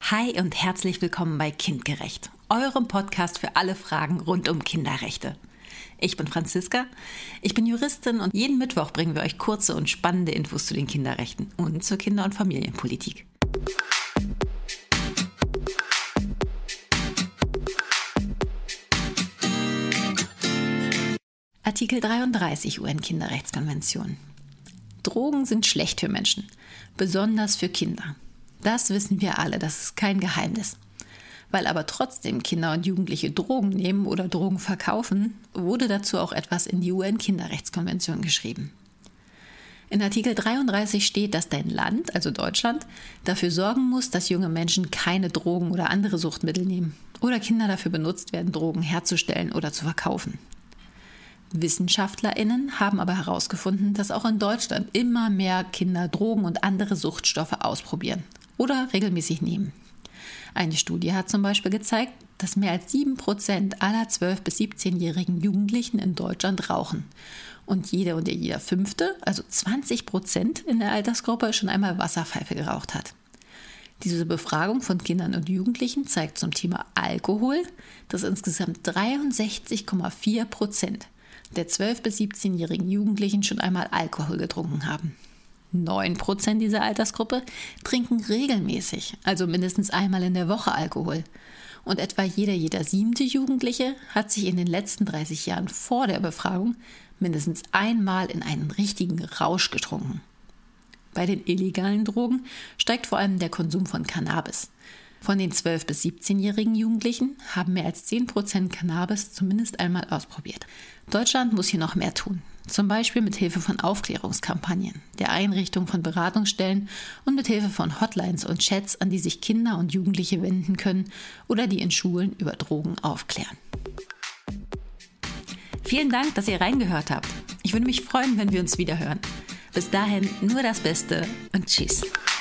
Hi und herzlich willkommen bei Kindgerecht, eurem Podcast für alle Fragen rund um Kinderrechte. Ich bin Franziska, ich bin Juristin und jeden Mittwoch bringen wir euch kurze und spannende Infos zu den Kinderrechten und zur Kinder- und Familienpolitik. Artikel 33 UN-Kinderrechtskonvention. Drogen sind schlecht für Menschen, besonders für Kinder. Das wissen wir alle, das ist kein Geheimnis. Weil aber trotzdem Kinder und Jugendliche Drogen nehmen oder Drogen verkaufen, wurde dazu auch etwas in die UN-Kinderrechtskonvention geschrieben. In Artikel 33 steht, dass dein Land, also Deutschland, dafür sorgen muss, dass junge Menschen keine Drogen oder andere Suchtmittel nehmen oder Kinder dafür benutzt werden, Drogen herzustellen oder zu verkaufen. WissenschaftlerInnen haben aber herausgefunden, dass auch in Deutschland immer mehr Kinder Drogen und andere Suchtstoffe ausprobieren oder regelmäßig nehmen. Eine Studie hat zum Beispiel gezeigt, dass mehr als 7% aller 12- bis 17-jährigen Jugendlichen in Deutschland rauchen und jeder Fünfte, also 20% in der Altersgruppe, schon einmal Wasserpfeife geraucht hat. Diese Befragung von Kindern und Jugendlichen zeigt zum Thema Alkohol, dass insgesamt 63,4% der 12- bis 17-jährigen Jugendlichen schon einmal Alkohol getrunken haben. 9% dieser Altersgruppe trinken regelmäßig, also mindestens einmal in der Woche Alkohol. Und etwa jeder 7. Jugendliche hat sich in den letzten 30 Jahren vor der Befragung mindestens einmal in einen richtigen Rausch getrunken. Bei den illegalen Drogen steigt vor allem der Konsum von Cannabis. Von den 12- bis 17-jährigen Jugendlichen haben mehr als 10% Cannabis zumindest einmal ausprobiert. Deutschland muss hier noch mehr tun. Zum Beispiel mit Hilfe von Aufklärungskampagnen, der Einrichtung von Beratungsstellen und mit Hilfe von Hotlines und Chats, an die sich Kinder und Jugendliche wenden können oder die in Schulen über Drogen aufklären. Vielen Dank, dass ihr reingehört habt. Ich würde mich freuen, wenn wir uns wieder hören. Bis dahin nur das Beste und tschüss.